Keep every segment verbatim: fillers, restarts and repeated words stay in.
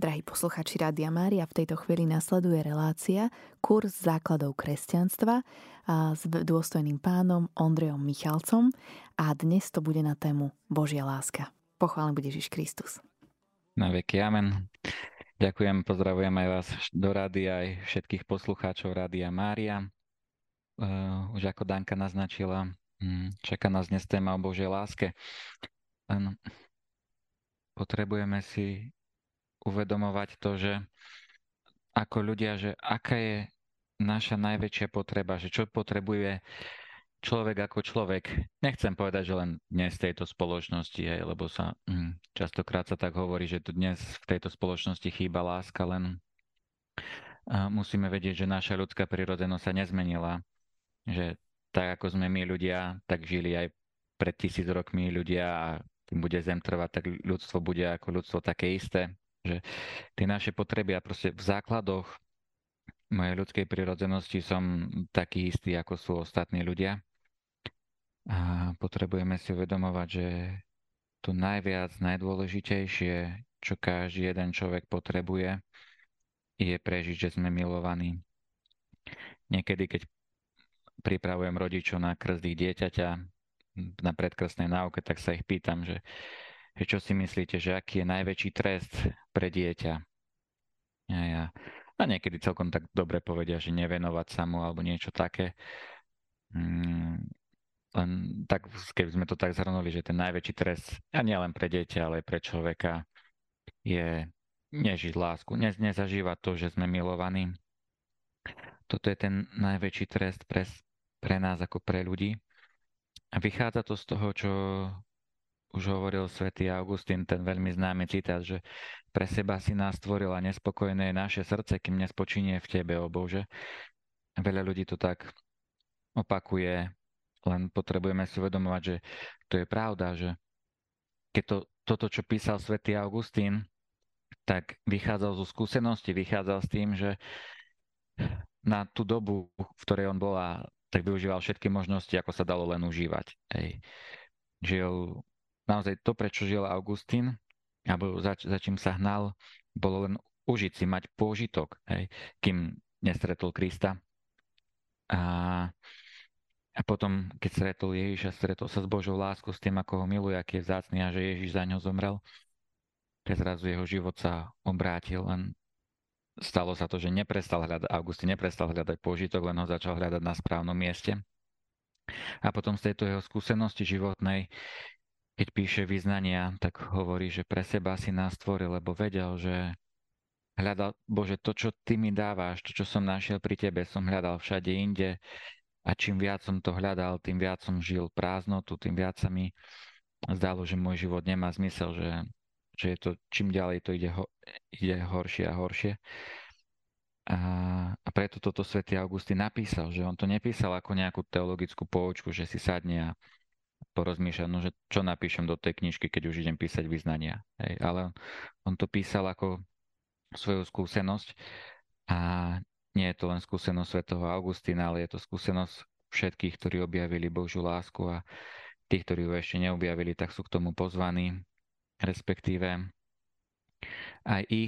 Drahí posluchači Rádia Mária, v tejto chvíli nasleduje relácia Kurz základov kresťanstva a s dôstojným pánom Ondrejom Michalcom a dnes to bude na tému Božia láska. Pochválený bude Ježiš Kristus. Na veky amen. Ďakujem, pozdravujem aj vás do rádia, aj všetkých poslucháčov Rádia Mária. Uh, už ako Danka naznačila, um, čaká nás dnes téma o Božej láske. Len potrebujeme si uvedomovať to, že ako ľudia, že aká je naša najväčšia potreba, že čo potrebuje človek ako človek. Nechcem povedať, že len dnes v tejto spoločnosti, hej, lebo sa hm, častokrát sa tak hovorí, že tu dnes v tejto spoločnosti chýba láska, len a musíme vedieť, že naša ľudská prirodzenosť sa nezmenila. Že tak, ako sme my ľudia, tak žili aj pred tisíc rokmi ľudia a kým bude zem trvať, tak ľudstvo bude ako ľudstvo také isté. Že tie naše potreby a proste v základoch mojej ľudskej prirodzenosti som taký istý, ako sú ostatní ľudia. A potrebujeme si uvedomovať, že to najviac, najdôležitejšie, čo každý jeden človek potrebuje, je prežiť, že sme milovaní. Niekedy, keď pripravujem rodičov na krst ich dieťaťa, na predkrstnej náuke, tak sa ich pýtam, že, že čo si myslíte, že aký je najväčší trest pre dieťa. A, ja, a niekedy celkom tak dobre povedia, že nevenovať sa mu alebo niečo také. Hmm, len tak, keby sme to tak zhrnuli, že ten najväčší trest, a nie len pre dieťa, ale aj pre človeka, je nežiť lásku, ne, nezažívať to, že sme milovaní. Toto je ten najväčší trest pre, pre nás ako pre ľudí. A vychádza to z toho, čo už hovoril svätý Augustín, ten veľmi známy citát, že pre seba si nás stvoril a nespokojné je naše srdce, kým nespočinie v tebe, ó Bože. Veľa ľudí to tak opakuje, len potrebujeme si uvedomovať, že to je pravda, že keď to, toto, čo písal svätý Augustín, tak vychádzal zo skúsenosti, vychádzal s tým, že na tú dobu, v ktorej on bola, tak využíval všetky možnosti, ako sa dalo len užívať. Hej. Žil naozaj to, prečo žil Augustín, alebo za, za čím sa hnal, bolo len užiť si, mať pôžitok, hej, kým nestretol Krista. A, a potom, keď stretol Ježiša, stretol sa s Božou láskou, s tým, ako ho miluje, aký je vzácny a že Ježiš za ňo zomrel, keď zrazu jeho život sa obrátil, len stalo sa to, že neprestal hľadať, Augustín neprestal hľadať pôžitok, len ho začal hľadať na správnom mieste. A potom z tejto jeho skúsenosti životnej, keď píše vyznania, tak hovorí, že pre seba si nás stvoril, lebo vedel, že hľadal, Bože, to, čo ty mi dávaš, to, čo som našiel pri tebe, som hľadal všade inde a čím viac som to hľadal, tým viac som žil prázdnotu, tým viac sa mi zdalo, že môj život nemá zmysel, že, že je to, čím ďalej to ide, ho, ide horšie a horšie. A, a preto toto svätý Augustín napísal, že on to nepísal ako nejakú teologickú poučku, že si sadne a porozmýšľať, no, že čo napíšem do tej knižky, keď už idem písať vyznania. Hej, ale on to písal ako svoju skúsenosť a nie je to len skúsenosť svätého Augustína, ale je to skúsenosť všetkých, ktorí objavili Božiu lásku a tí, ktorí ju ešte neobjavili, tak sú k tomu pozvaní, respektíve aj ich,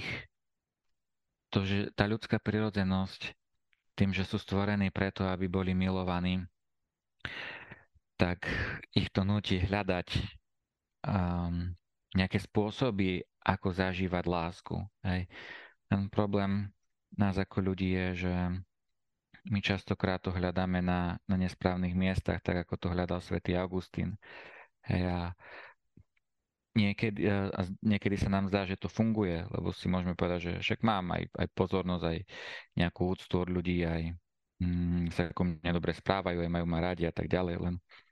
to, že tá ľudská prirodzenosť, tým, že sú stvorení preto, aby boli milovaní, tak ich to núti hľadať um, nejaké spôsoby, ako zažívať lásku. Hej. Ten problém nás ako ľudí je, že my častokrát to hľadáme na, na nesprávnych miestach, tak ako to hľadal svätý Augustín. Hej, a niekedy, a niekedy sa nám zdá, že to funguje, lebo si môžeme povedať, že však mám aj, aj pozornosť, aj nejakú úctu od ľudí, aj mm, sa ako mne dobre správajú, aj majú ma radi a tak ďalej, len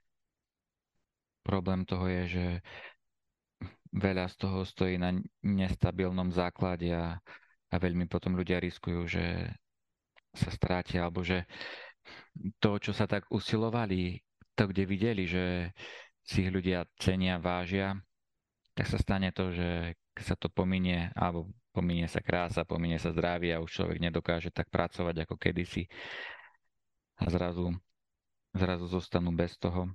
problém toho je, že veľa z toho stojí na nestabilnom základe a, a veľmi potom ľudia riskujú, že sa strátia, alebo že to, čo sa tak usilovali, to, kde videli, že si ich ľudia cenia, vážia, tak sa stane to, že keď sa to pominie, alebo pominie sa krása, pominie sa zdravie a už človek nedokáže tak pracovať ako kedysi a zrazu, zrazu zostanú bez toho.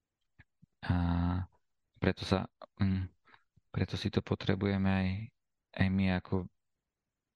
A preto sa... Mm, preto si to potrebujeme aj, aj my ako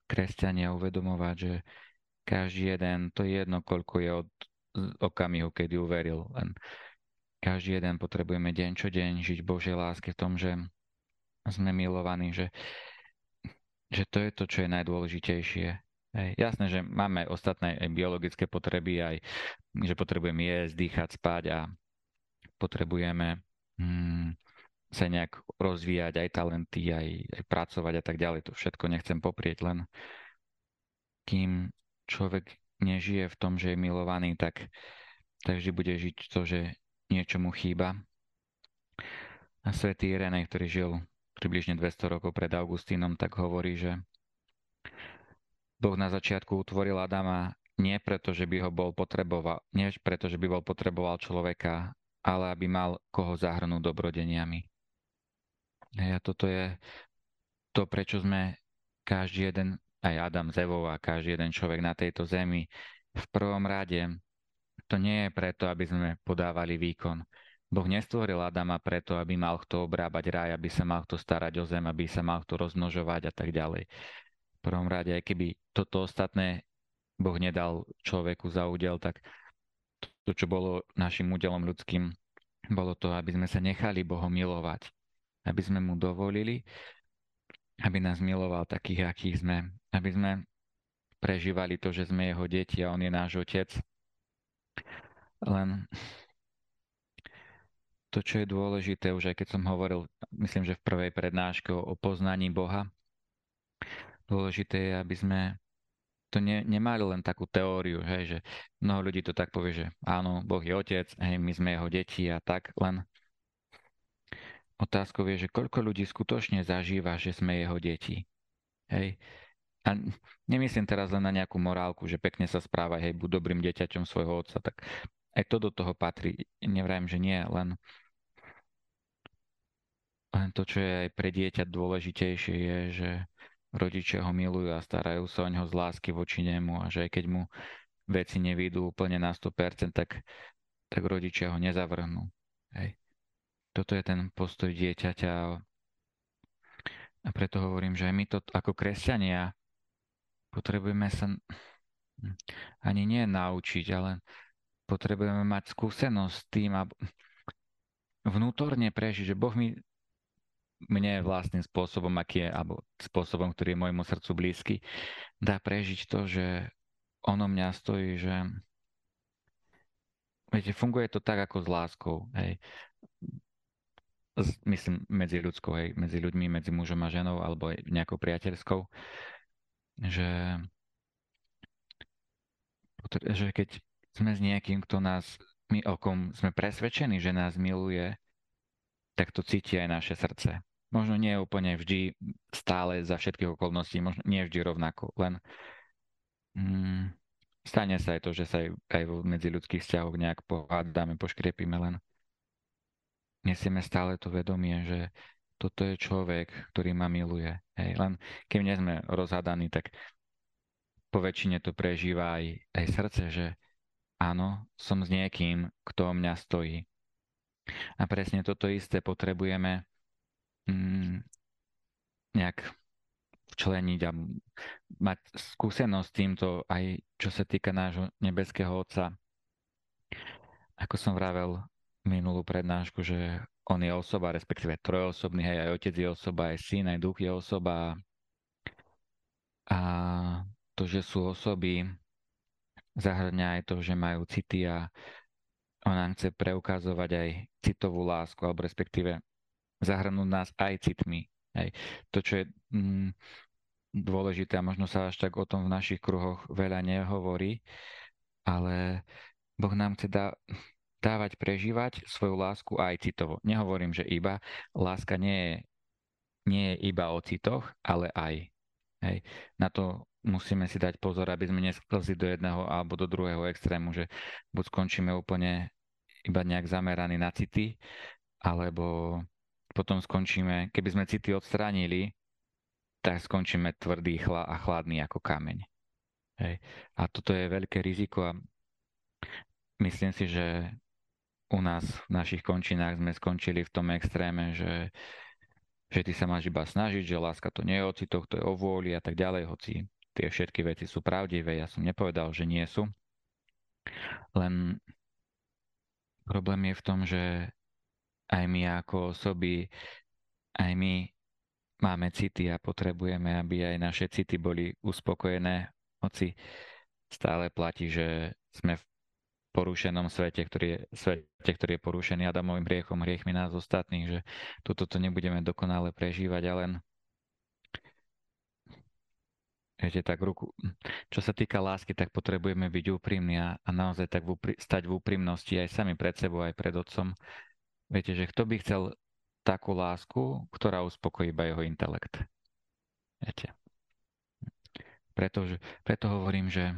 kresťania uvedomovať, že každý jeden, to je jedno, koľko je od okamihu, keď uveril, len každý jeden potrebujeme deň čo deň žiť Božej láske v tom, že sme milovaní, že, že to je to, čo je najdôležitejšie. Hej. Jasné, že máme ostatné aj biologické potreby, aj že potrebujeme jesť, dýchať, spať a potrebujeme hmm, sa nejak rozvíjať, aj talenty, aj, aj pracovať a tak ďalej. To všetko nechcem poprieť, len kým človek nežije v tom, že je milovaný, tak, tak vždy bude žiť to, že niečo mu chýba. A svätý Irenej, ktorý žil približne dvesto rokov pred Augustínom, tak hovorí, že Boh na začiatku utvoril Adama nie preto, že by ho bol potreboval, nie preto, že by bol potreboval človeka, ale aby mal koho zahrnúť dobrodeniami. A toto je to, prečo sme každý jeden, aj Adam z Evou a každý jeden človek na tejto zemi, v prvom rade, to nie je preto, aby sme podávali výkon. Boh nestvoril Adama preto, aby mal kto obrábať raj, aby sa mal kto starať o zem, aby sa mal kto rozmnožovať a tak ďalej. V prvom rade, aj keby toto ostatné Boh nedal človeku za údel, tak to, čo bolo našim údelom ľudským, bolo to, aby sme sa nechali Bohom milovať. Aby sme mu dovolili, aby nás miloval takých, akých sme. Aby sme prežívali to, že sme jeho deti a on je náš otec. Len to, čo je dôležité, už aj keď som hovoril, myslím, že v prvej prednáške o poznaní Boha, dôležité je, aby sme to ne, nemali len takú teóriu, hej, že mnoho ľudí to tak povie, že áno, Boh je otec, hej, my sme jeho deti a tak, len otázkou je, že koľko ľudí skutočne zažíva, že sme jeho deti. Hej. A nemyslím teraz len na nejakú morálku, že pekne sa správaj, hej, buď dobrým dieťaťom svojho otca, tak aj to do toho patrí. Nevrajím, že nie, len, len to, čo je aj pre dieťa dôležitejšie, je, že rodičia ho milujú a starajú sa o neho z lásky voči nemu a že aj keď mu veci nevídu úplne na sto percent, tak, tak rodičia ho nezavrhnú. Hej. Toto je ten postoj dieťaťa a preto hovorím, že aj my to ako kresťania potrebujeme sa ani nie naučiť, ale potrebujeme mať skúsenosť s tým a vnútorne prežiť, že Boh mi mne vlastným spôsobom, aký je, alebo spôsobom, ktorý je môjmu srdcu blízky, dá prežiť to, že ono mňa stojí, že viete, funguje to tak ako s láskou, hej. Myslím medzi ľudskou, hej, medzi ľuďmi, medzi mužom a ženou, alebo aj nejakou priateľskou, že, že keď sme s niekým, kto nás, my o kom sme presvedčení, že nás miluje, tak to cíti aj naše srdce. Možno nie úplne vždy stále za všetkých okolností, možno nie vždy rovnako, len mm, stane sa aj to, že sa aj, aj v medziľudských vzťahoch nejak pohádame, poškriepime, len nesieme stále to vedomie, že toto je človek, ktorý ma miluje. Hej. Len keď nie sme rozhádaní, tak po väčšine to prežíva aj, aj srdce, že áno, som s niekým, kto o mňa stojí. A presne toto isté potrebujeme mm, nejak včleniť a mať skúsenosť s týmto aj čo sa týka nášho nebeského Otca. Ako som vravel minulú prednášku, že on je osoba, respektíve trojosobný, hej, aj Otec je osoba, aj Syn, aj Duch je osoba. A to, že sú osoby, zahrňa aj to, že majú city a on nám chce preukazovať aj citovú lásku, alebo respektíve zahrnúť nás aj citmi. Hej. To, čo je mm, dôležité, a možno sa až tak o tom v našich kruhoch veľa nehovorí, ale Boh nám chce dá, dávať prežívať svoju lásku aj citovo. Nehovorím, že iba. Láska nie je, nie je iba o citoch, ale aj. Hej. Na to musíme si dať pozor, aby sme nesklzli do jedného alebo do druhého extrému, že buď skončíme úplne iba nejak zameraní na city, alebo potom skončíme, keby sme city odstránili, tak skončíme tvrdý a chladný ako kameň. Hej. A toto je veľké riziko a myslím si, že u nás v našich končinách sme skončili v tom extréme, že, že ty sa máš iba snažiť, že láska to nie je o citoch, to je o vôli a tak ďalej, hoci tie všetky veci sú pravdivé. Ja som nepovedal, že nie sú. Len problém je v tom, že aj my ako osoby, aj my máme city a potrebujeme, aby aj naše city boli uspokojené. Hoci stále platí, že sme v porušenom svete, ktorý je, svete, ktorý je porušený Adamovým hriechom, hriechmi nás ostatných, že toto to nebudeme dokonale prežívať, ale len viete, tak ruku. Čo sa týka lásky, tak potrebujeme byť úprimní a, a naozaj tak v úpri, stať v úprimnosti aj sami pred sebou, aj pred Otcom. Viete, že kto by chcel takú lásku, ktorá uspokojí iba jeho intelekt. Viete. Pretože, preto hovorím, že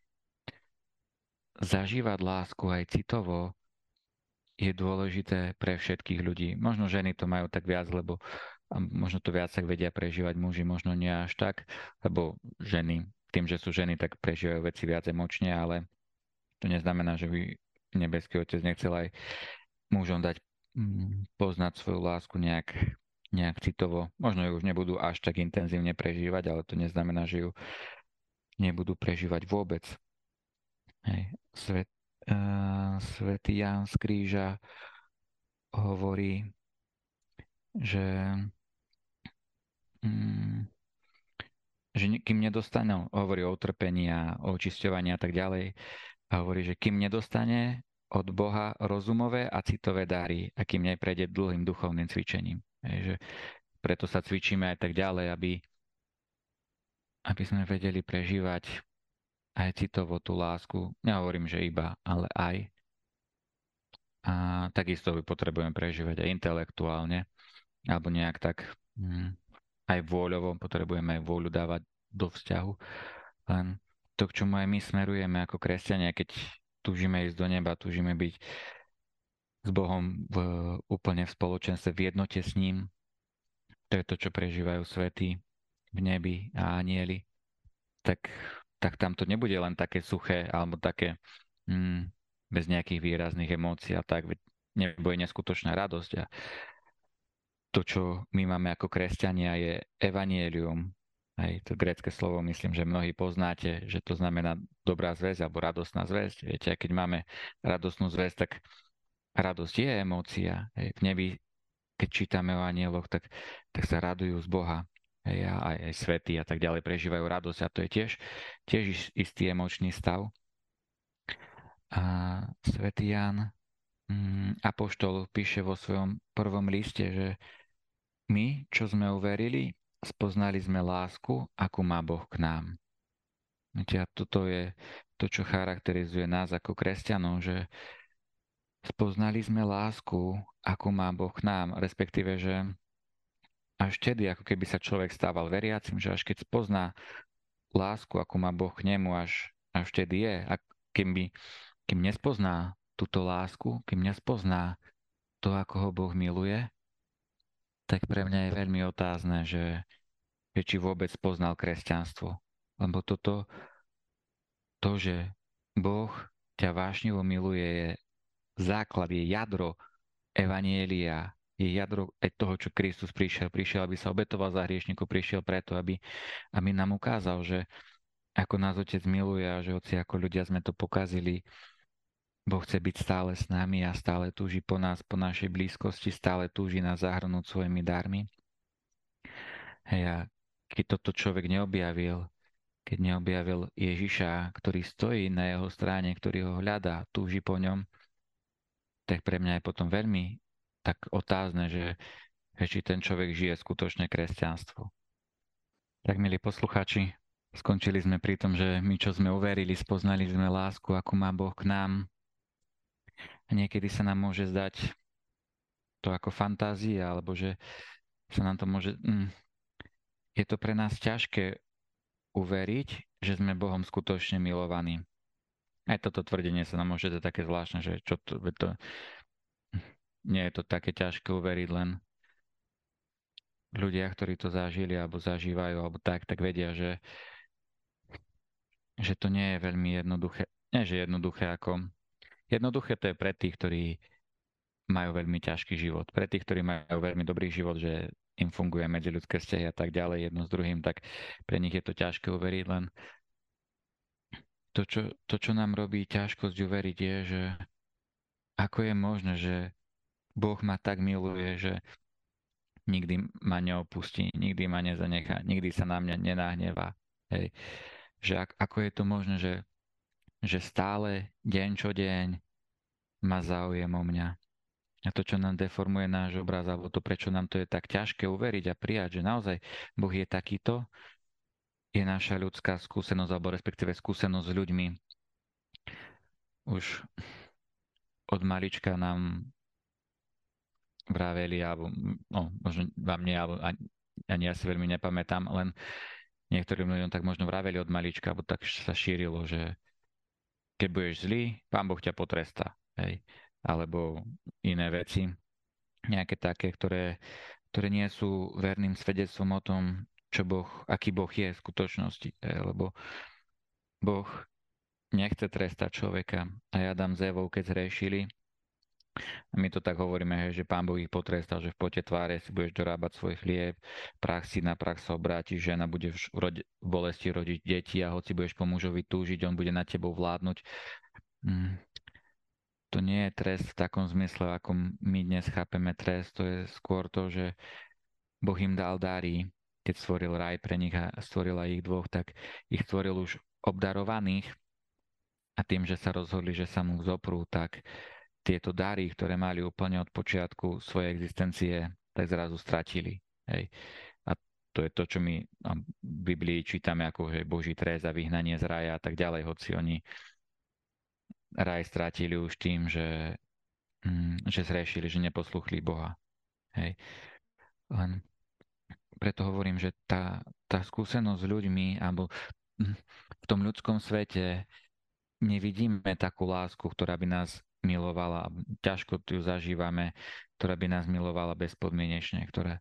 zažívať lásku aj citovo je dôležité pre všetkých ľudí. Možno ženy to majú tak viac, lebo možno to viac tak vedia prežívať muži, možno nie až tak, lebo ženy, tým, že sú ženy, tak prežívajú veci viac emočne, ale to neznamená, že by nebeský Otec nechcel aj mužom dať poznať svoju lásku nejak, nejak citovo. Možno ju už nebudú až tak intenzívne prežívať, ale to neznamená, že ju nebudú prežívať vôbec. Hej. Svet, uh, Svätý Ján z Kríža hovorí, že, um, že kým nedostanú, hovorí o utrpení a o očisťovaní a tak ďalej, a hovorí, že kým nedostane od Boha rozumové a citové dary a kým neprejde dlhým duchovným cvičením. Hej, že preto sa cvičíme aj tak ďalej, aby, aby sme vedeli prežívať aj citovo tú lásku. Nehovorím, že iba, ale aj. A takisto by potrebujeme prežívať aj intelektuálne, alebo nejak tak hm, aj vôľovo, potrebujeme aj vôľu dávať do vzťahu. Len to, k čomu aj my smerujeme ako kresťania, keď túžime ísť do neba, túžime byť s Bohom v, úplne v spoločenstve, v jednote s ním, to je to, čo prežívajú svätí v nebi a anieli, tak, tak tam to nebude len také suché alebo také mm, bez nejakých výrazných emócií a tak, nebo je neskutočná radosť. A to, čo my máme ako kresťania, je evanielium. Aj to grécke slovo, myslím, že mnohí poznáte, že to znamená dobrá zväzť alebo radostná zväzť. Viete, a keď máme radostnú zväzť, tak radosť je emócia. Hej, v nebi, keď čítame o anieloch, tak, tak sa radujú z Boha. Hej, a aj, aj svätí a tak ďalej prežívajú radosť. A to je tiež, tiež istý emočný stav. A svätý Ján, mm, apoštol, píše vo svojom prvom liste, že my, čo sme uverili, spoznali sme lásku, akú má Boh k nám. Viete, a toto je to, čo charakterizuje nás ako kresťanov, že spoznali sme lásku, akú má Boh k nám, respektíve, že až vtedy, ako keby sa človek stával veriacim, že až keď spozná lásku, akú má Boh k nemu, až, až vtedy je. A kým, by, kým nespozná túto lásku, kým nespozná to, ako ho Boh miluje, tak pre mňa je veľmi otázne, že, že či vôbec poznal kresťanstvo. Lebo toto, to, že Boh ťa vášnivo miluje, je základ, je jadro evanielia, je jadro aj toho, čo Kristus prišiel. Prišiel, aby sa obetoval za hriešnikov, prišiel preto, aby, aby nám ukázal, že ako nás Otec miluje a že hoci ako ľudia sme to pokazili, Boh chce byť stále s nami a stále túži po nás, po našej blízkosti, stále túži nás zahrnúť svojimi darmi. Hej, a keď toto človek neobjavil, keď neobjavil Ježiša, ktorý stojí na jeho strane, ktorý ho hľadá, túži po ňom, tak pre mňa je potom veľmi tak otázne, že, že či ten človek žije skutočné kresťanstvo. Tak, milí poslucháči, skončili sme pri tom, že my, čo sme uverili, spoznali sme lásku, akú má Boh k nám. A niekedy sa nám môže zdať to ako fantázia, alebo že sa nám to môže... Mm, je to pre nás ťažké uveriť, že sme Bohom skutočne milovaní. Aj toto tvrdenie sa nám môže dať také zvláštne, že čo to, to... Nie je to také ťažké uveriť, len ľudia, ktorí to zažili alebo zažívajú, alebo tak, tak vedia, že, že to nie je veľmi jednoduché. Nie, že jednoduché ako... Jednoduché to je pre tých, ktorí majú veľmi ťažký život. Pre tých, ktorí majú veľmi dobrý život, že im funguje medziľudské vzťahy a tak ďalej jedno s druhým, tak pre nich je to ťažké uveriť, len to, čo, to, čo nám robí ťažkosť uveriť, je, že ako je možné, že Boh ma tak miluje, že nikdy ma neopustí, nikdy ma nezanechá, nikdy sa na mňa nenahnevá. Hej. Že ak, ako je to možné, že, že stále, deň čo deň, má záujem o mňa. A to, čo nám deformuje náš obraz, alebo to, prečo nám to je tak ťažké uveriť a prijať, že naozaj Boh je takýto, je naša ľudská skúsenosť, alebo respektíve skúsenosť s ľuďmi. Už od malička nám vraveli, alebo no, možno vám nie, alebo ani, ani ja si veľmi nepamätám, len niektorým ľuďom tak možno vraveli od malička, alebo tak sa šírilo, že keď budeš zlý, Pán Boh ťa potrestá. Hej. Alebo iné veci, nejaké také, ktoré, ktoré nie sú verným svedectvom o tom, čo Boh, aký Boh je v skutočnosti. Hej. Lebo Boh nechce trestať človeka. A Adam s Evou, keď zrešili, a my to tak hovoríme, hej, že Pán Boh ich potrestal, že v pote tváre si budeš dorábať svoj chlieb, prach si na prach sa obráti, žena bude v, rode, v bolesti rodiť deti a hoci budeš po mužovi túžiť, on bude nad tebou vládnuť. Mm. To nie je trest v takom zmysle, ako my dnes chápeme trest. To je skôr to, že Boh im dal dary, keď stvoril raj pre nich a stvoril aj ich dvoch, tak ich stvoril už obdarovaných a tým, že sa rozhodli, že sa mu vzoprú, tak tieto dary, ktoré mali úplne od počiatku svojej existencie, tak zrazu stratili. Hej. A to je to, čo my v Biblii čítame ako že Boží trest a vyhnanie z raja a tak ďalej, hoci oni raj strátili už tým, že, mm, že zrešili, že neposluchli Boha. Hej. Len preto hovorím, že tá, tá skúsenosť s ľuďmi, alebo v tom ľudskom svete nevidíme takú lásku, ktorá by nás milovala, ťažko ju zažívame, ktorá by nás milovala bezpodmienečne, ktoré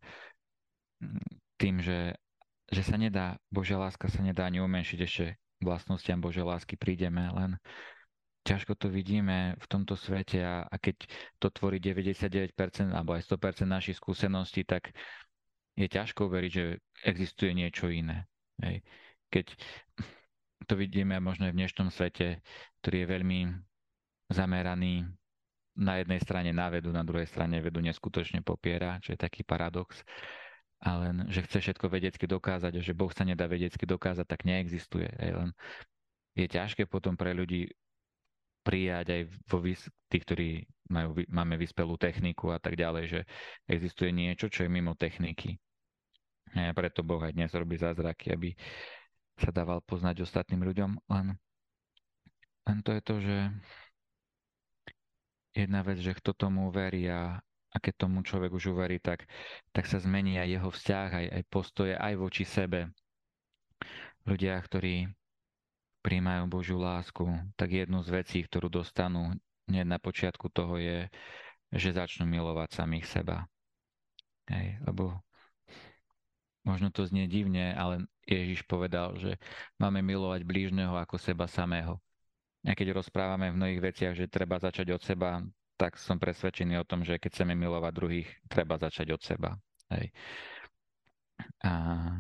tým, že, že sa nedá, Božia láska sa nedá ani umenšiť, ešte vlastnostiam Božej lásky prídeme, len ťažko to vidíme v tomto svete a, a keď to tvorí deväťdesiatdeväť percent alebo aj sto percent našich skúseností, tak je ťažko veriť, že existuje niečo iné. Hej. Keď to vidíme možno aj v dnešnom svete, ktorý je veľmi zameraný na jednej strane na vedu, na druhej strane vedu neskutočne popiera, čo je taký paradox. Ale že chce všetko vedecky dokázať a že Boh sa nedá vedecky dokázať, tak neexistuje. Hej. Len je ťažké potom pre ľudí prijať aj vo vys- tí, ktorí majú, máme vyspelú techniku a tak ďalej, že existuje niečo, čo je mimo techniky. A preto Boh aj dnes robí zázraky, aby sa dával poznať ostatným ľuďom. Len, len to je to, že jedna vec, že kto tomu verí a, a keď tomu človek už uverí, tak, tak sa zmení aj jeho vzťah, aj, aj postoje, aj voči sebe. Ľudia, ktorí prijímajú Božiu lásku, tak jednu z vecí, ktorú dostanú hneď na počiatku toho je, že začnú milovať samých seba. Hej, lebo možno to znie divne, ale Ježiš povedal, že máme milovať blížneho ako seba samého. A keď rozprávame v mnohých veciach, že treba začať od seba, tak som presvedčený o tom, že keď chceme milovať druhých, treba začať od seba. Hej. A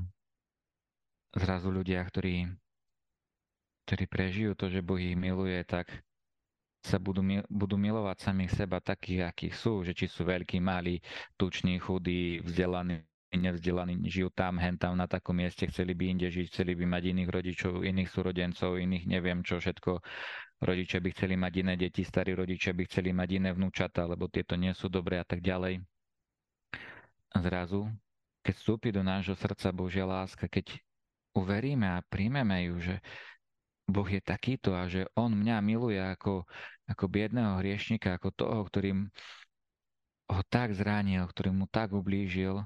zrazu ľudia, ktorí, ktorí prežijú to, že Boh ich miluje, tak sa budú, budú milovať samých seba takých, akých sú, že či sú veľkí, malí, tuční, chudí, vzdelaní, nevzdelaní, žijú tam, hen tam na takom mieste, chceli by inde žiť, chceli by mať iných rodičov, iných súrodencov, iných neviem čo všetko. Rodičia by chceli mať iné deti, starí rodičia by chceli mať iné vnúčata, lebo tieto nie sú dobré a tak ďalej. A zrazu, keď vstúpi do nášho srdca Božia láska, keď uveríme a príjmeme ju, že Boh je takýto a že On mňa miluje ako, ako biedného hriešnika, ako toho, ktorý ho tak zranil, ktorý mu tak ublížil,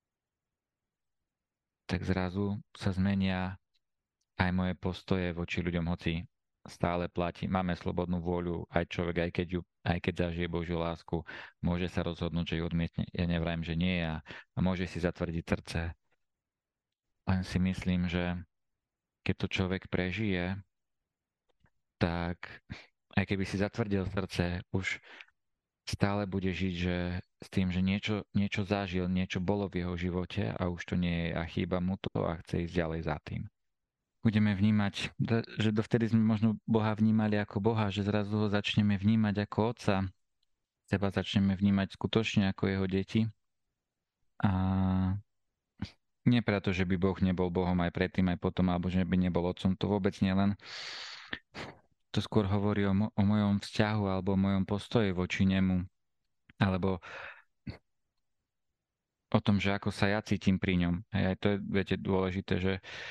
tak zrazu sa zmenia aj moje postoje voči ľuďom, hoci stále platí. Máme slobodnú vôľu, aj človek, aj keď, ju, aj keď zažije Božiu lásku, môže sa rozhodnúť, že ju odmietne. Ja nevrajím, že nie a, a môže si zatvrdiť srdce. Len si myslím, že keď to človek prežije, tak aj keby si zatvrdil srdce, už stále bude žiť, že s tým, že niečo, niečo zažil, niečo bolo v jeho živote a už to nie je a chýba mu to a chce ísť ďalej za tým. Budeme vnímať, že dovtedy sme možno Boha vnímali ako Boha, že zrazu ho začneme vnímať ako Otca, seba začneme vnímať skutočne ako jeho deti. A nie preto, že by Boh nebol Bohom aj predtým, aj potom, alebo že by nebol Otcom, to vôbec nie, len to skôr hovorí o, mo- o mojom vzťahu alebo o mojom postoji voči nemu, alebo o tom, že ako sa ja cítim pri ňom. Hej, aj to je, viete, dôležité, že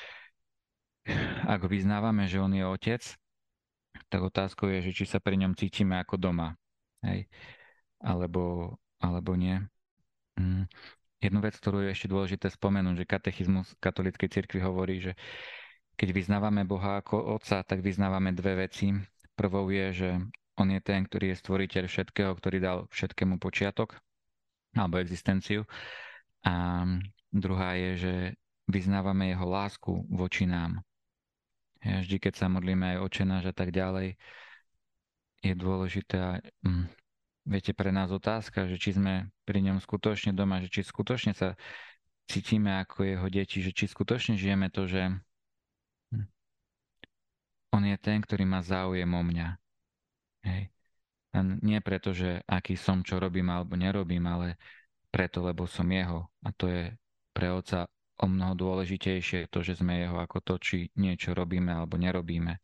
ak vyznávame, že on je otec, tak otázkou je, že či sa pri ňom cítime ako doma. Hej, alebo, alebo nie. Mm. Jednu vec, ktorú je ešte dôležité spomenúť, že katechizmus katolíckej cirkvi hovorí, že keď vyznávame Boha ako Otca, tak vyznávame dve veci. Prvou je, že on je ten, ktorý je stvoriteľ všetkého, ktorý dal všetkému počiatok alebo existenciu. A druhá je, že vyznávame jeho lásku voči nám. Ja vždy, keď sa modlíme aj Otče náš a tak ďalej, je dôležitá, hm, viete, pre nás otázka, že či sme pri ňom skutočne doma, že či skutočne sa cítime ako jeho deti, že či skutočne žijeme to, že on je ten, ktorý má záujem o mňa. Hej. A nie preto, že aký som, čo robím alebo nerobím, ale preto, lebo som jeho. A to je pre Otca o mnoho dôležitejšie to, že sme jeho, ako to, či niečo robíme alebo nerobíme.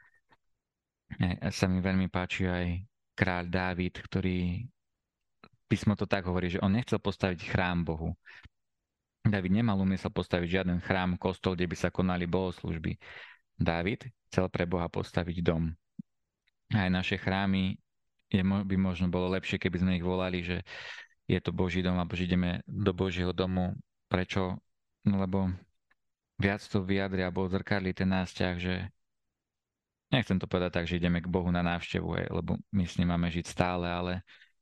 A sa mi veľmi páči aj kráľ Dávid, ktorý, písmo to tak hovorí, že on nechcel postaviť chrám Bohu. Dávid nemal úmysel postaviť žiaden chrám, kostol, kde by sa konali bohoslúžby. Dávid chcel pre Boha postaviť dom. Aj naše chrámy je, by možno bolo lepšie, keby sme ich volali, že je to Boží dom, alebo že ideme do Božieho domu. Prečo? No lebo viac to vyjadria alebo odzrkadlí ten náš vzťah, že nechcem to povedať tak, že ideme k Bohu na návštevu, aj, lebo my s ním máme žiť stále, ale,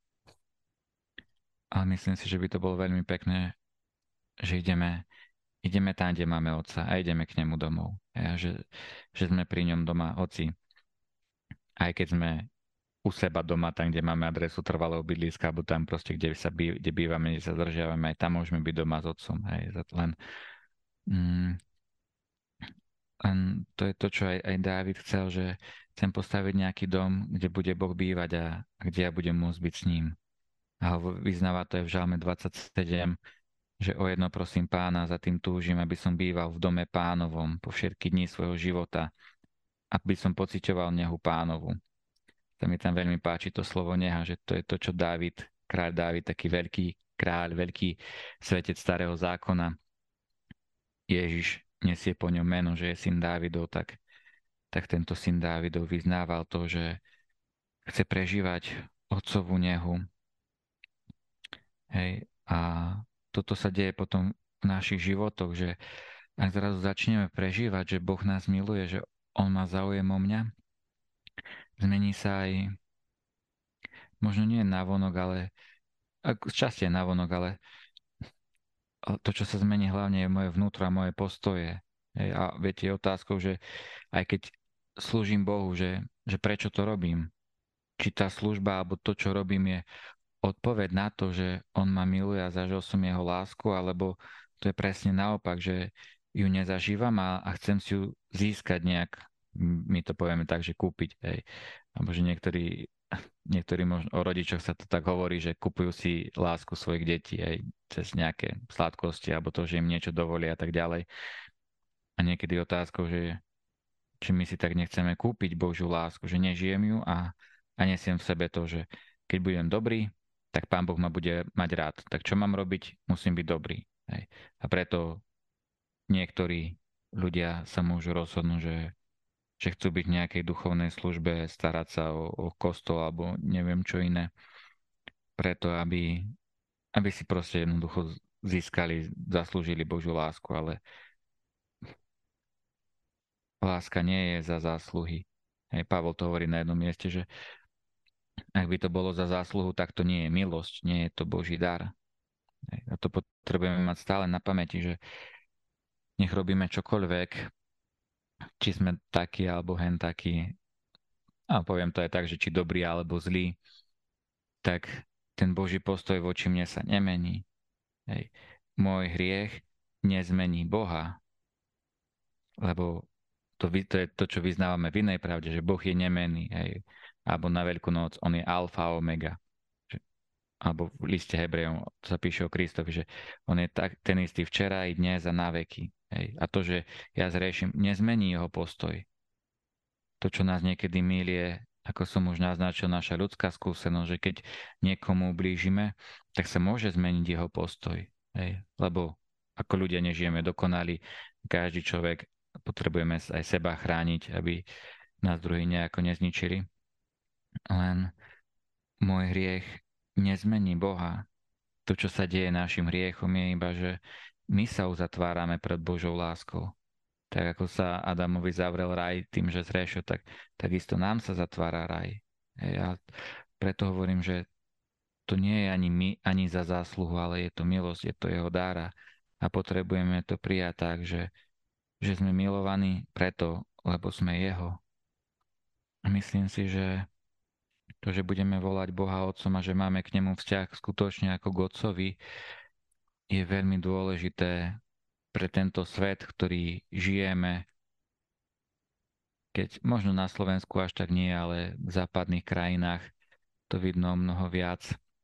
ale myslím si, že by to bolo veľmi pekné, že ideme, ideme tam, kde máme Otca a ideme k nemu domov. A že, že sme pri ňom doma, Otci. Aj keď sme u seba doma, tam, kde máme adresu trvalého bydliska, alebo tam proste, kde, sa bí, kde bývame, kde sa zdržiavame, aj tam môžeme byť doma s Otcom. Hej, len, mm, len to je to, čo aj, aj Dávid chcel, že chcem postaviť nejaký dom, kde bude Boh bývať a, a kde ja budem môcť byť s ním. A vyznáva to aj v Žalme dvadsaťsedem, že o jedno prosím Pána, za tým túžim, aby som býval v dome Pánovom po všetky dni svojho života, aby som pociťoval nehu Pánovu. Sa mi tam veľmi páči to slovo neha, že to je to, čo Dávid, kráľ Dávid, taký veľký kráľ, veľký svetec starého zákona. Ježiš nesie po ňom meno, že je syn Dávidov, tak, tak tento syn Dávidov vyznával to, že chce prežívať otcovú nehu. Hej, a toto sa deje potom v našich životoch, že ak zrazu začneme prežívať, že Boh nás miluje, že on má záujem o mňa, zmení sa aj, možno nie navonok, ale z časti je navonok, ale to, čo sa zmení hlavne, je moje vnútro a moje postoje. Hej, a viete, je otázkou, že aj keď slúžim Bohu, že, že prečo to robím, či tá služba alebo to, čo robím, je odpoveď na to, že on ma miluje a zažil som jeho lásku, alebo to je presne naopak, že ju nezažívam a, a chcem si ju získať nejak, my to povieme tak, že kúpiť. Hej. Alebo že niektorí, niektorí možno o rodičoch sa to tak hovorí, že kupujú si lásku svojich detí aj cez nejaké sladkosti alebo to, že im niečo dovolia a tak ďalej. A niekedy otázkou, že či my si tak nechceme kúpiť Božiu lásku, že nežijem ju a, a nesiem v sebe to, že keď budem dobrý, tak Pán Boh ma bude mať rád. Tak čo mám robiť? Musím byť dobrý. Hej. A preto niektorí ľudia sa môžu rozhodnúť, že že chcú byť v nejakej duchovnej službe, starať sa o, o kostol alebo neviem čo iné, preto aby, aby si proste jednoducho získali, zaslúžili Božiu lásku, ale láska nie je za zásluhy. Hej, Pavol to hovorí na jednom mieste, že ak by to bolo za zásluhu, tak to nie je milosť, nie je to Boží dar. Hej, a to potrebujeme mať stále na pamäti, že nech robíme čokoľvek, či sme takí alebo hen takí, a poviem to aj tak, že či dobrý alebo zlý, tak ten Boží postoj voči mne sa nemení. Hej. Môj hriech nezmení Boha, lebo to, to je to, čo vyznávame v inej pravde, že Boh je nemenný. Hej. Alebo na Veľkú noc on je alfa a omega. Že, alebo v liste Hebrejom sa píše o Kristovi, že on je tak, ten istý včera i dnes a na veky. Hej. A to, že ja zreším, nezmení jeho postoj. To, čo nás niekedy milie, ako som už naznačil, naša ľudská skúsenosť, že keď niekomu ublížime, tak sa môže zmeniť jeho postoj. Hej. Lebo ako ľudia nežijeme dokonali, každý človek potrebujeme aj seba chrániť, aby nás druhí nejako nezničili. Len môj hriech nezmení Boha. To, čo sa deje našim hriechom, je iba, že my sa uzatvárame pred Božou láskou. Tak ako sa Adamovi zavrel raj tým, že zrešil, tak takisto nám sa zatvára raj. Ja preto hovorím, že to nie je ani my, ani za zásluhu, ale je to milosť, je to jeho dára. A potrebujeme to prijať tak, že, že sme milovaní preto, lebo sme jeho. A myslím si, že to, že budeme volať Boha Otcom a že máme k nemu vzťah skutočne ako k Otcovi, je veľmi dôležité pre tento svet, ktorý žijeme, keď možno na Slovensku až tak nie, ale v západných krajinách to vidno mnoho viac,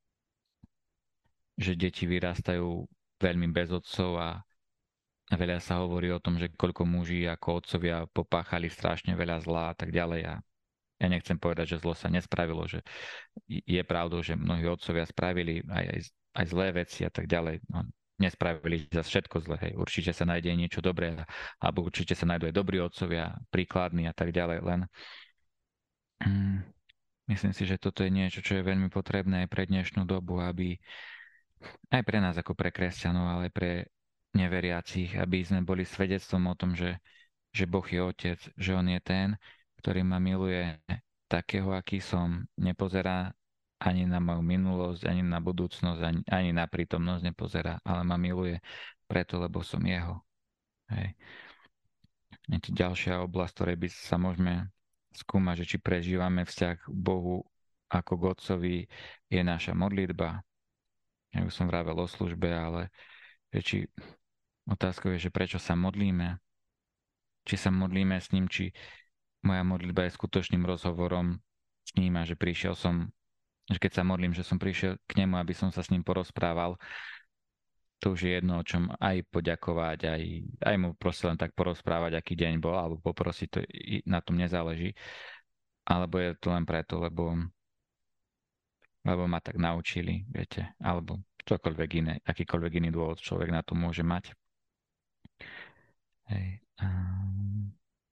že deti vyrastajú veľmi bez otcov a veľa sa hovorí o tom, že koľko muží ako otcovia popáchali strašne veľa zla a tak ďalej. A ja nechcem povedať, že zlo sa nespravilo, že je pravdou, že mnohí otcovia spravili aj, aj, aj zlé veci a tak ďalej. No, nespravili za všetko zle, hej. Určite sa nájde niečo dobré, alebo určite sa nájdú aj dobrí otcovia, príkladní a tak ďalej, len mm, myslím si, že toto je niečo, čo je veľmi potrebné aj pre dnešnú dobu, aby aj pre nás ako pre kresťanov, ale aj pre neveriacich, aby sme boli svedectvom o tom, že, že Boh je Otec, že On je ten, ktorý ma miluje takého, aký som, nepozerá ani na moju minulosť, ani na budúcnosť, ani, ani na prítomnosť nepozerá, ale ma miluje preto, lebo som jeho. Hej. Je to ďalšia oblasť, ktorej by sa môžeme skúmať, že či prežívame vzťah k Bohu ako k Otcovi, je naša modlitba. Ja už som vravel o službe, ale že či otázkou je, že prečo sa modlíme. Či sa modlíme s ním, či moja modlitba je skutočným rozhovorom s ním a že prišiel som, že keď sa modlím, že som prišiel k nemu, aby som sa s ním porozprával, to už je jedno, o čom aj poďakovať, aj, aj mu proste len tak porozprávať, aký deň bol, alebo poprosiť, to na tom nezáleží. Alebo je to len preto, lebo, lebo ma tak naučili, viete, alebo čokoľvek iné, akýkoľvek iný dôvod človek na to môže mať. Hej. Um...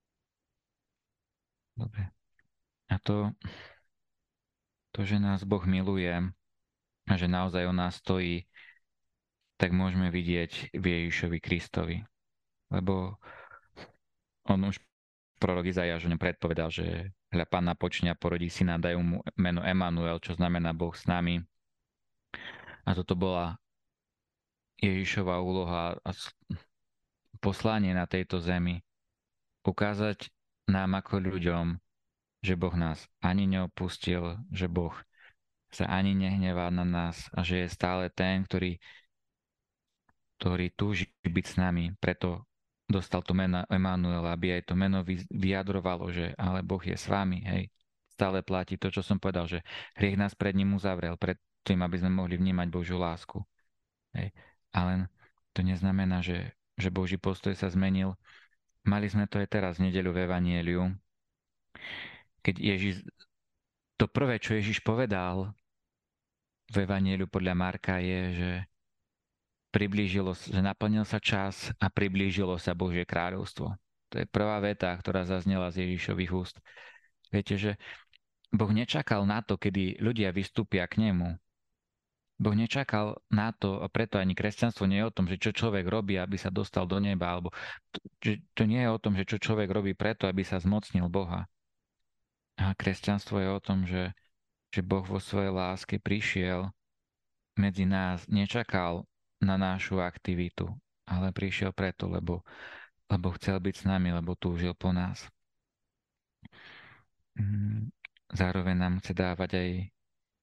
Dobre. A to, to, že nás Boh miluje a že naozaj o nás stojí, tak môžeme vidieť v Ježišovi Kristovi. Lebo on už prorok Izaiáš o ňom predpovedal, že hľa Panna počne a porodí syna, dajú mu meno Emanuel, čo znamená Boh s nami. A toto bola Ježišova úloha a poslanie na tejto zemi. Ukázať nám ako ľuďom, že Boh nás ani neopustil, že Boh sa ani nehnevá na nás a že je stále ten, ktorý, ktorý túži byť s nami. Preto dostal to meno Emanuel, aby aj to meno vyjadrovalo, že ale Boh je s vami, hej. Stále platí to, čo som povedal, že hriech nás pred ním uzavrel, pred tým, aby sme mohli vnímať Božiu lásku. Hej. Ale to neznamená, že, že Boží postoj sa zmenil. Mali sme to aj teraz v nedeľu v Evanieliu, keď Ježiš, to prvé, čo Ježiš povedal v Evanieliu podľa Marka je, že priblížilo, že naplnil sa čas a priblížilo sa Božie kráľovstvo. To je prvá veta, ktorá zaznela z Ježišových úst. Viete, že Boh nečakal na to, kedy ľudia vystúpia k nemu. Boh nečakal na to, a preto ani kresťanstvo nie je o tom, že čo človek robí, aby sa dostal do neba, alebo to, že to nie je o tom, že čo človek robí preto, aby sa zmocnil Boha. A kresťanstvo je o tom, že, že Boh vo svojej láske prišiel medzi nás, nečakal na našu aktivitu, ale prišiel preto, lebo, lebo chcel byť s nami, lebo túžil po nás. Zároveň nám chce dávať aj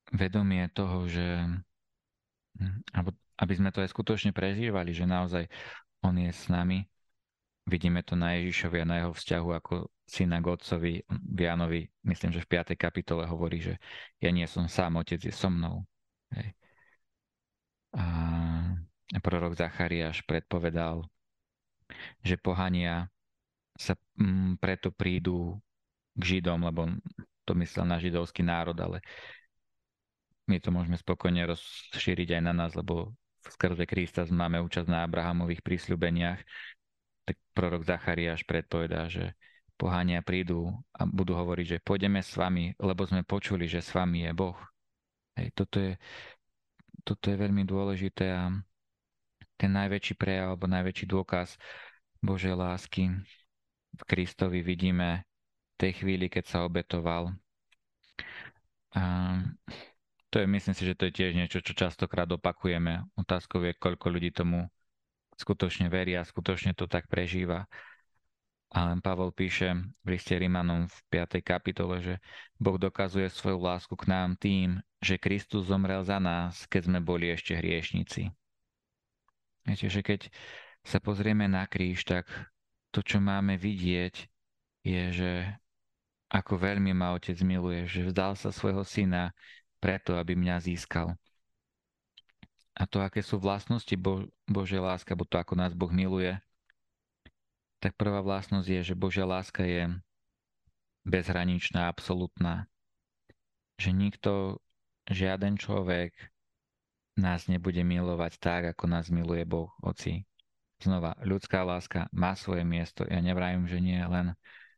vedomie toho, že alebo aby sme to aj skutočne prežívali, že naozaj on je s nami. Vidíme to na Ježišovi a na jeho vzťahu ako syna k otcovi. V Jánovi, myslím, že v piatej kapitole hovorí, že ja nie som sám, otec je so mnou. Hej. A prorok Zachariáš predpovedal, že pohania sa mm, preto prídu k Židom, lebo to myslel na židovský národ, ale my to môžeme spokojne rozšíriť aj na nás, lebo skrze Krista máme účasť na Abrahamových prísľubeniach. Tak prorok Zachariáš predpovedá, že pohania prídu a budú hovoriť, že pôjdeme s vami, lebo sme počuli, že s vami je Boh. Hej, toto je, toto je veľmi dôležité a ten najväčší prejav alebo najväčší dôkaz Božej lásky v Kristovi vidíme v tej chvíli, keď sa obetoval. A to je, myslím si, že to je tiež niečo, čo častokrát opakujeme. Otázkou je, koľko ľudí tomu skutočne veria, skutočne to tak prežíva. A Pavol píše v liste Rimanom v piatej kapitole, že Boh dokazuje svoju lásku k nám tým, že Kristus zomrel za nás, keď sme boli ešte hriešnici. Viete, že keď sa pozrieme na kríž, tak to, čo máme vidieť, je, že ako veľmi ma Otec miluje, že vzdal sa svojho syna preto, aby mňa získal. A to, aké sú vlastnosti Bo- Božej lásky, alebo to, ako nás Boh miluje, tak prvá vlastnosť je, že Božia láska je bezhraničná, absolútna. Že nikto, žiaden človek nás nebude milovať tak, ako nás miluje Boh, Otci. Znova, ľudská láska má svoje miesto. Ja nevrajím, že nie, len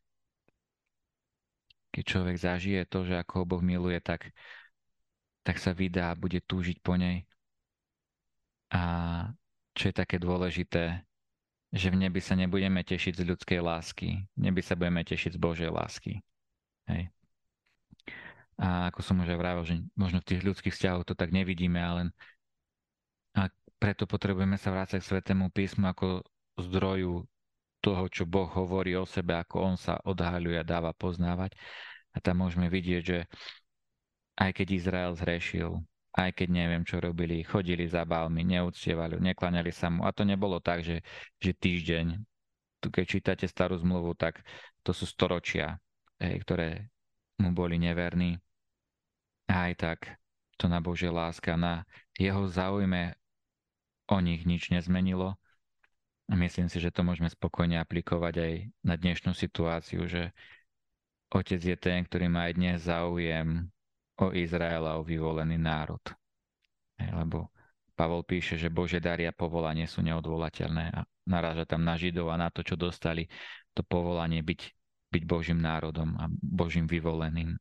keď človek zažije to, že ako ho Boh miluje, tak, tak sa vydá a bude túžiť po nej. A čo je také dôležité, že v nebi sa nebudeme tešiť z ľudskej lásky, v nebi sa budeme tešiť z Božej lásky. Hej. A ako som už aj vravel, že možno v tých ľudských vzťahoch to tak nevidíme, ale a preto potrebujeme sa vrácať k Svätému písmu ako zdroju toho, čo Boh hovorí o sebe, ako on sa odhaľuje a dáva poznávať. A tam môžeme vidieť, že aj keď Izrael zhrešil, aj keď neviem, čo robili, chodili za bálmi, neúctievali, nekláňali sa mu. A to nebolo tak, že, že týždeň. Tu keď čítate starú zmluvu, tak to sú storočia, hej, ktoré mu boli neverní. A aj tak to na Božej láska, na jeho záujme o nich nič nezmenilo. A myslím si, že to môžeme spokojne aplikovať aj na dnešnú situáciu, že Otec je ten, ktorý má aj dnes záujem o Izraela, o vyvolený národ. Lebo Pavol píše, že Božie dary a povolanie sú neodvolateľné a naráža tam na Židov a na to, čo dostali, to povolanie byť, byť Božím národom a Božím vyvoleným.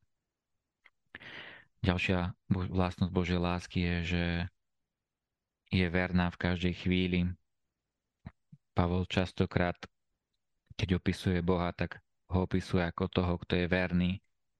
Ďalšia vlastnosť Božej lásky je, že je verná v každej chvíli. Pavol častokrát, keď opisuje Boha, tak ho opisuje ako toho, kto je verný.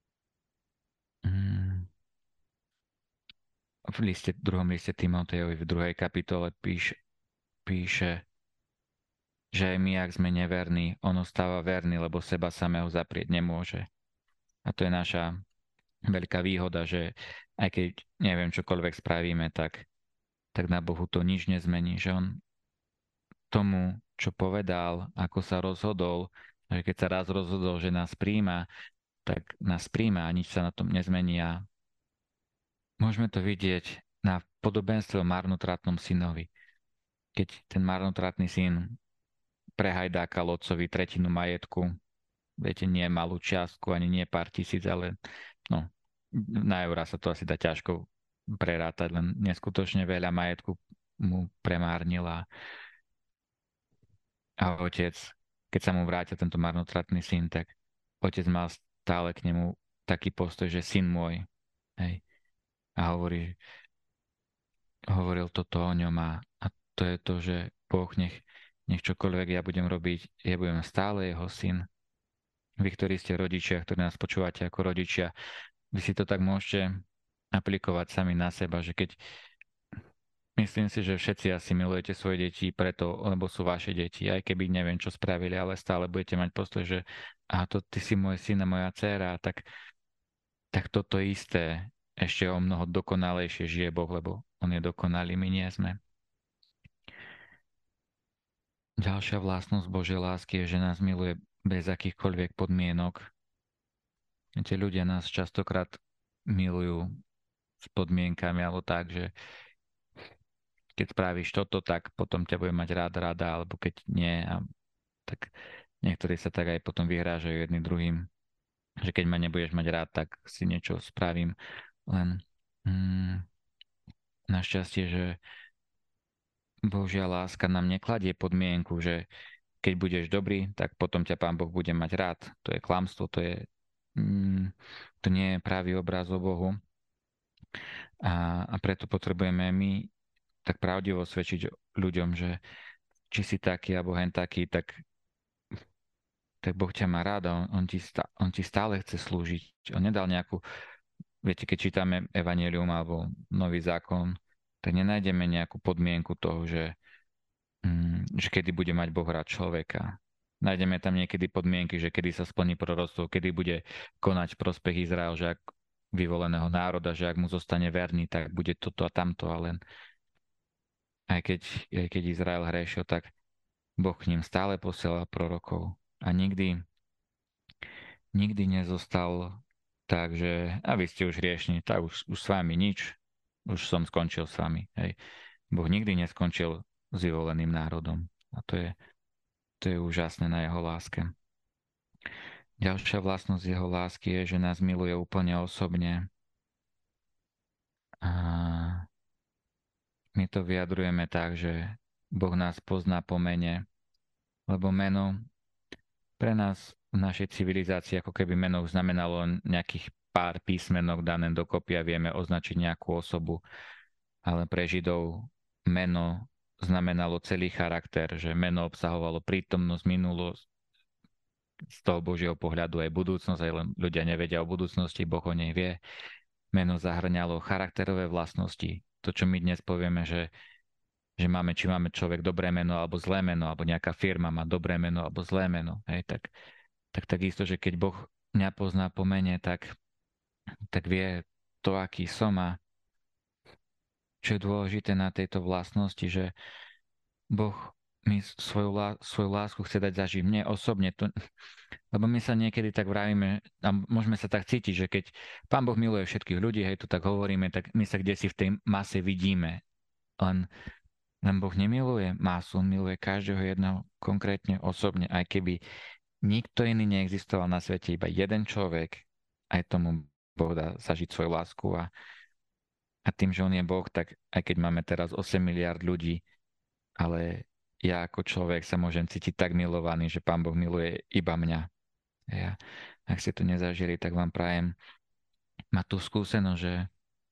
V liste, druhom liste Timotejovi v druhej kapitole píš, píše, že aj my, ak sme neverní, on ostáva verný, lebo seba samého zaprieť nemôže. A to je naša veľká výhoda, že aj keď neviem, čokoľvek spravíme, tak, tak na Bohu to nič nezmení, že on tomu, čo povedal, ako sa rozhodol, že keď sa raz rozhodol, že nás príjma, tak nás príjma a nič sa na tom nezmení. A môžeme to vidieť na podobenstve o marnotratnom synovi. Keď ten marnotratný syn prehajdákal otcovi tretinu majetku, viete, nie malú čiastku, ani nie pár tisíc, ale no, na eurá sa to asi dá ťažko prerátať, len neskutočne veľa majetku mu premárnila. A otec, keď sa mu vrátil tento marnotratný syn, tak otec mal stále k nemu taký postoj, že syn môj. Hej. A hovorí, hovoril toto o ňom a, a to je to, že Boh nech, nech čokoľvek ja budem robiť, ja budem stále jeho syn. Vy, ktorí ste rodičia, ktorí nás počúvate ako rodičia, vy si to tak môžete aplikovať sami na seba, že keď myslím si, že všetci asi milujete svoje deti preto, lebo sú vaše deti, aj keby neviem, čo spravili, ale stále budete mať postoj, že a to ty si môj syn a moja dcéra, tak, tak toto isté ešte o mnoho dokonalejšie žije Boh, lebo On je dokonalý, my nie sme. Ďalšia vlastnosť Božej lásky je, že nás miluje bez akýchkoľvek podmienok. Tie ľudia nás častokrát milujú s podmienkami, alebo tak, že keď spravíš toto, tak potom ťa bude mať rád, rada, alebo keď nie, a tak niektorí sa tak aj potom vyhrážajú jedným druhým, že keď ma nebudeš mať rád, tak si niečo spravím. Len mm, našťastie, že Božia láska nám nekladie podmienku, že keď budeš dobrý, tak potom ťa Pán Boh bude mať rád. To je klamstvo, to je mm, to nie je pravý obraz o Bohu. A, a preto potrebujeme my tak pravdivo svedčiť ľuďom, že či si taký alebo hen taký, tak, tak Boh ťa má rád a on, on, ti stá, on ti stále chce slúžiť. On nedal nejakú, viete, keď čítame Evangelium alebo Nový zákon, tak nenájdeme nejakú podmienku toho, že, mm, že kedy bude mať Boh rád človeka. Nájdeme tam niekedy podmienky, že kedy sa splní proroctvo, kedy bude konať v prospech Izrael, že ak vyvoleného národa, že ak mu zostane verný, tak bude toto a tamto, ale aj keď, aj keď Izrael hrešil, tak Boh k ním stále posielal prorokov a nikdy, nikdy nezostal tak, že a vy ste už hriešni, tak už, už s vami nič, už som skončil s vami. Hej. Boh nikdy neskončil s vyvoleným národom a to je, to je úžasné na jeho láske. Ďalšia vlastnosť jeho lásky je, že nás miluje úplne osobne. A my to vyjadrujeme tak, že Boh nás pozná po mene, lebo meno pre nás v našej civilizácii ako keby meno znamenalo nejakých pár písmenok dané dokopy a vieme označiť nejakú osobu, ale pre Židov meno znamenalo celý charakter, že meno obsahovalo prítomnosť, minulosť, z toho Božieho pohľadu aj budúcnosť, aj len ľudia nevedia o budúcnosti, Boh o nej vie. Meno zahrňalo charakterové vlastnosti. To, čo my dnes povieme, že, že máme, či máme človek dobré meno alebo zlé meno, alebo nejaká firma má dobré meno alebo zlé meno. Hej, tak, tak takisto, že keď Boh mňa pozná po mene, tak, tak vie to, aký som a čo je dôležité na tejto vlastnosti, že Boh mi svoju, lá, svoju lásku chce dať zažiť mne osobne. To, lebo my sa niekedy tak vravíme a môžeme sa tak cítiť, že keď Pán Boh miluje všetkých ľudí, hej, to tak hovoríme, tak my sa kdesi v tej mase vidíme. Len, len Boh nemiluje masu, on miluje každého jedného konkrétne osobne. Aj keby nikto iný neexistoval na svete, iba jeden človek, aj tomu Boh dá zažiť svoju lásku. A, a tým, že on je Boh, tak aj keď máme teraz osem miliárd ľudí, ale ja ako človek sa môžem cítiť tak milovaný, že Pán Boh miluje iba mňa. Ja, ak ste to nezažili, tak vám prajem mať tú skúsenosť, že,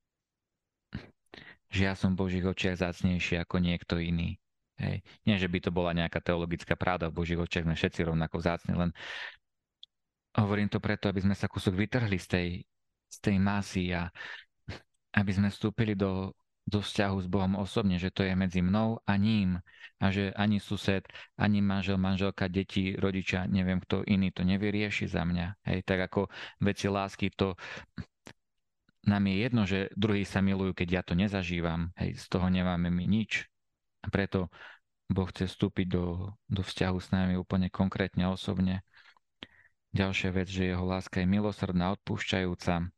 že ja som v Božích očiach zácnejší ako niekto iný. Hej. Nie, že by to bola nejaká teologická pravda, v Božích očiach sme všetci rovnako vzácni, len hovorím to preto, aby sme sa kúsok vytrhli z tej, z tej masy a aby sme vstúpili do do vzťahu s Bohom osobne, že to je medzi mnou a ním a že ani sused, ani manžel, manželka, deti, rodičia, neviem kto iný to nevyrieši za mňa. Hej, tak ako veci lásky, to nám je jedno, že druhí sa milujú, keď ja to nezažívam. Hej, z toho nemáme my nič. A preto Boh chce vstúpiť do, do vzťahu s nami úplne konkrétne, osobne. Ďalšia vec, že jeho láska je milosrdná, odpúšťajúca,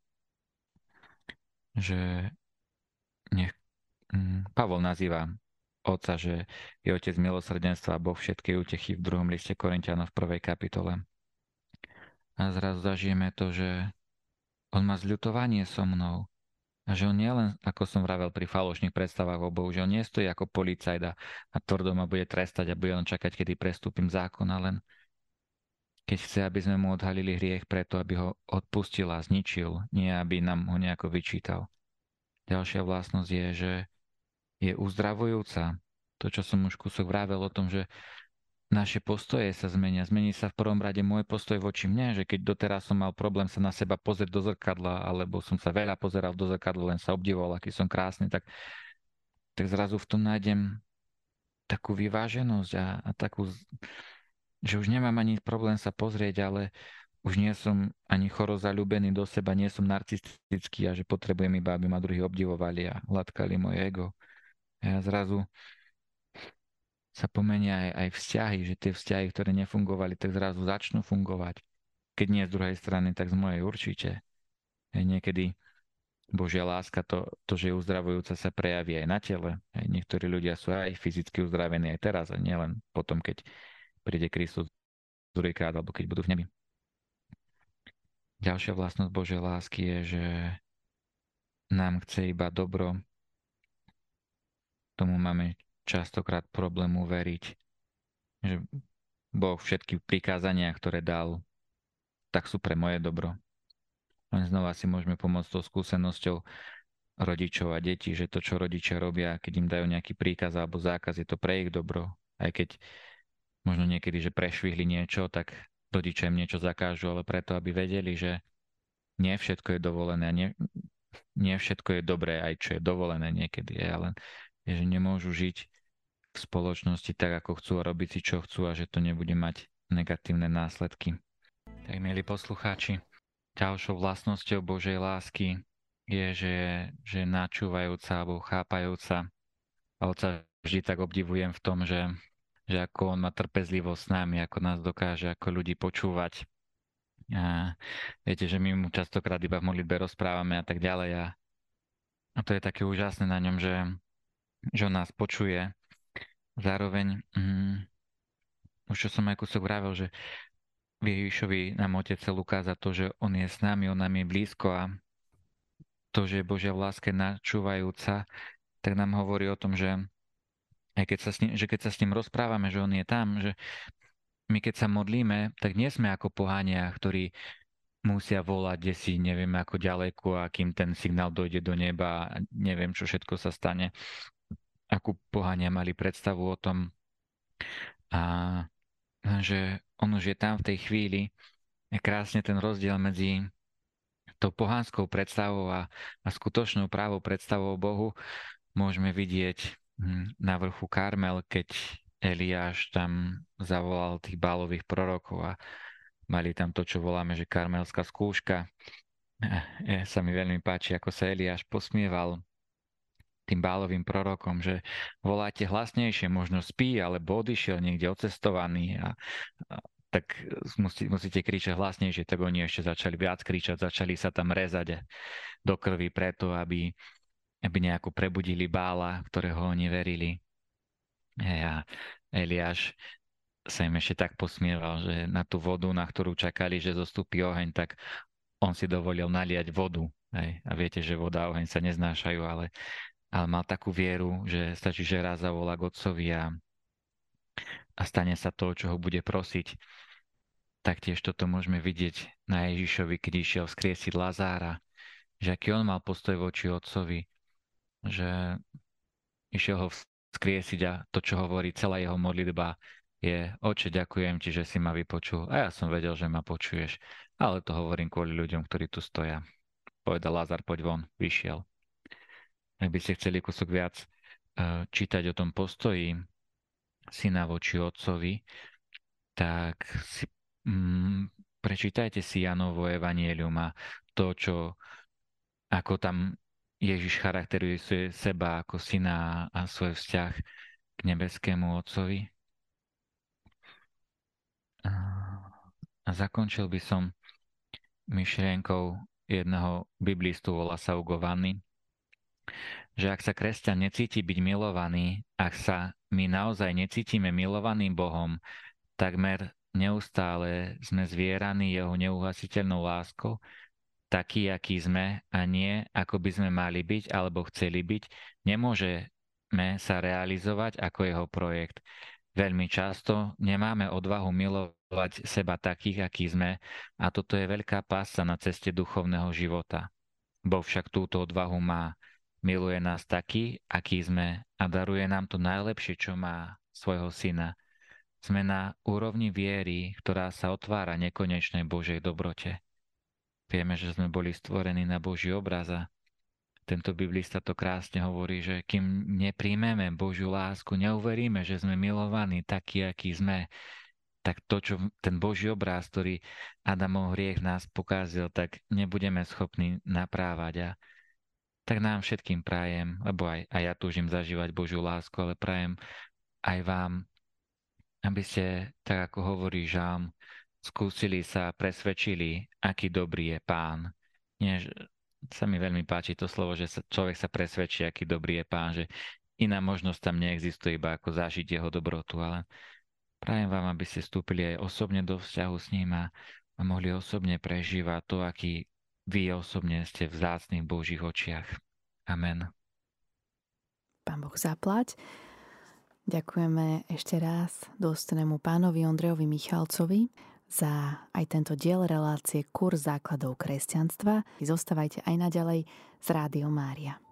že nech Pavol nazýva Otca, že je Otec milosrdenstva a Boh všetkej útechy v druhom liste Korinťanom v prvej kapitole. A zrazu zažijeme to, že on má zľutovanie so mnou a že on nie len, ako som vravel pri falošných predstavách o Bohu, že on nestojí ako policajt a tvrdo ma bude trestať a bude len čakať, kedy prestúpim zákon, a len keď chce, aby sme mu odhalili hriech preto, aby ho odpustil a zničil, nie aby nám ho nejako vyčítal. Ďalšia vlastnosť je, že je uzdravujúca. To, čo som už kúsok vravel o tom, že naše postoje sa zmenia. Zmení sa v prvom rade môj postoj voči mne, že keď doteraz som mal problém sa na seba pozrieť do zrkadla, alebo som sa veľa pozeral do zrkadla, len sa obdivoval, aký som krásny, tak, tak zrazu v tom nájdem takú vyváženosť a, a takú, že už nemám ani problém sa pozrieť, ale už nie som ani choro zaľúbený do seba, nie som narcistický a že potrebujem iba, aby ma druhí obdivovali a hladkali moje ego. A ja zrazu sa pomenia aj, aj vzťahy, že tie vzťahy, ktoré nefungovali, tak zrazu začnú fungovať. Keď nie z druhej strany, tak z mojej určite. Hej, niekedy Božia láska, to, to, že je uzdravujúca, sa prejaví aj na tele. Hej, niektorí ľudia sú aj fyzicky uzdravení aj teraz, a nielen potom, keď príde Kristus druhýkrát, alebo keď budú v nebi. Ďalšia vlastnosť Božej lásky je, že nám chce iba dobro. Tomu máme častokrát problém uveriť, že Boh všetky prikázania, ktoré dal, tak sú pre moje dobro. Len znova si môžeme pomôcť tou skúsenosťou rodičov a detí, že to, čo rodičia robia, keď im dajú nejaký príkaz alebo zákaz, je to pre ich dobro. Aj keď možno niekedy, že prešvihli niečo, tak rodičia im niečo zakážu, ale preto, aby vedeli, že nie všetko je dovolené a nie, nie všetko je dobré, aj čo je dovolené niekedy, je, ale je, že nemôžu žiť v spoločnosti tak, ako chcú a robiť si, čo chcú a že to nebude mať negatívne následky. Tak, milí poslucháči, ďalšou vlastnosťou Božej lásky je, že, že je načúvajúca alebo chápajúca. A Otca vždy tak obdivujem v tom, že, že ako On má trpezlivosť s nami, ako nás dokáže ako ľudí počúvať. A viete, že my mu častokrát iba v modlitbe rozprávame a tak ďalej. A, a to je také úžasné na ňom, že, že On nás počuje. Zároveň, mm, už čo som aj kúsok vravel, že v Ježišovi nám Otec chcel ukázať to, že On je s nami, On nám je blízko a to, že je Božia v láske načúvajúca, tak nám hovorí o tom, že aj keď sa s ním, že keď sa s ním rozprávame, že On je tam, že my keď sa modlíme, tak nie sme ako pohania, ktorí musia volať desi, neviem ako ďaleko a kým ten signál dojde do neba a neviem, čo všetko sa stane. Akú pohania mali predstavu o tom a že On už je tam v tej chvíli. Je krásne ten rozdiel medzi tou pohanskou predstavou a, a skutočnou právou predstavou o Bohu môžeme vidieť na vrchu Karmel, keď Eliáš tam zavolal tých Bálových prorokov a mali tam to, čo voláme, že karmelská skúška. Ja sa mi veľmi páči, ako sa Eliáš posmieval tým Bálovým prorokom, že voláte hlasnejšie, možno spí, alebo odišiel niekde ocestovaný a, a tak musí, musíte kričať hlasnejšie, tak oni ešte začali viac kričať, začali sa tam rezať do krvi preto, aby, aby nejako prebudili Bála, ktorého oni verili. A Eliáš sa im ešte tak posmieval, že na tú vodu, na ktorú čakali, že zostúpi oheň, tak on si dovolil naliať vodu. Hej. A viete, že voda a oheň sa neznášajú, ale, ale mal takú vieru, že stačí, že raz zavolá k Otcovi a, a stane sa to, čo ho bude prosiť. Taktiež toto môžeme vidieť na Ježišovi, keď išiel vzkriesiť Lazára, že aký on mal postoj voči Otcovi, že išiel ho vzkriesiť a to, čo hovorí celá jeho modlitba, je: Oče, ďakujem ti, že si ma vypočul. A ja som vedel, že ma počuješ. Ale to hovorím kvôli ľuďom, ktorí tu stoja. Povedal Lázar, poď von, vyšiel. Ak by ste chceli kúsok viac uh, čítať o tom postoji syna voči otcovi, tak si mm, prečítajte si Jánovo evanjelium a to, čo, ako tam Ježiš charakterizuje seba ako syna a svoj vzťah k nebeskému otcovi. A zakončil by som myšlienkou jedného biblistu, volá sa Ugo Vanni, že ak sa kresťan necíti byť milovaný, ak sa my naozaj necítime milovaným Bohom, takmer neustále sme zvieraní jeho neuhasiteľnou láskou, taký, aký sme a nie, ako by sme mali byť alebo chceli byť, nemôžeme sa realizovať ako jeho projekt. Veľmi často nemáme odvahu milovať seba takých, akí sme, a toto je veľká pásca na ceste duchovného života. Boh však túto odvahu má. Miluje nás taký, aký sme, a daruje nám to najlepšie, čo má, svojho syna. Sme na úrovni viery, ktorá sa otvára nekonečnej Božej dobrote. Vieme, že sme boli stvorení na Boží obraz a tento biblista to krásne hovorí, že kým nepríjmeme Božiu lásku, neuveríme, že sme milovaní takí, akí sme. tak to, čo ten Boží obraz, ktorý Adamov hriech nás pokazil, tak nebudeme schopní naprávať. A tak nám všetkým prajem, lebo aj, aj ja túžim zažívať Božiu lásku, ale prajem aj vám, aby ste, tak ako hovorí Žám, skúsili sa, presvedčili, aký dobrý je Pán. Nie, že sa mi veľmi páči to slovo, že sa, človek sa presvedčí, aký dobrý je Pán, že iná možnosť tam neexistuje, iba ako zažiť jeho dobrotu, ale prajem vám, aby ste vstúpili aj osobne do vzťahu s ním a, a mohli osobne prežívať to, aký vy osobne ste v vzácnych Božích očiach. Amen. Pán Boh zaplať. Ďakujeme ešte raz dôstojnému pánovi Ondrejovi Michalcovi za aj tento diel relácie Kurz základov kresťanstva. Zostávajte aj naďalej s Rádiom Mária.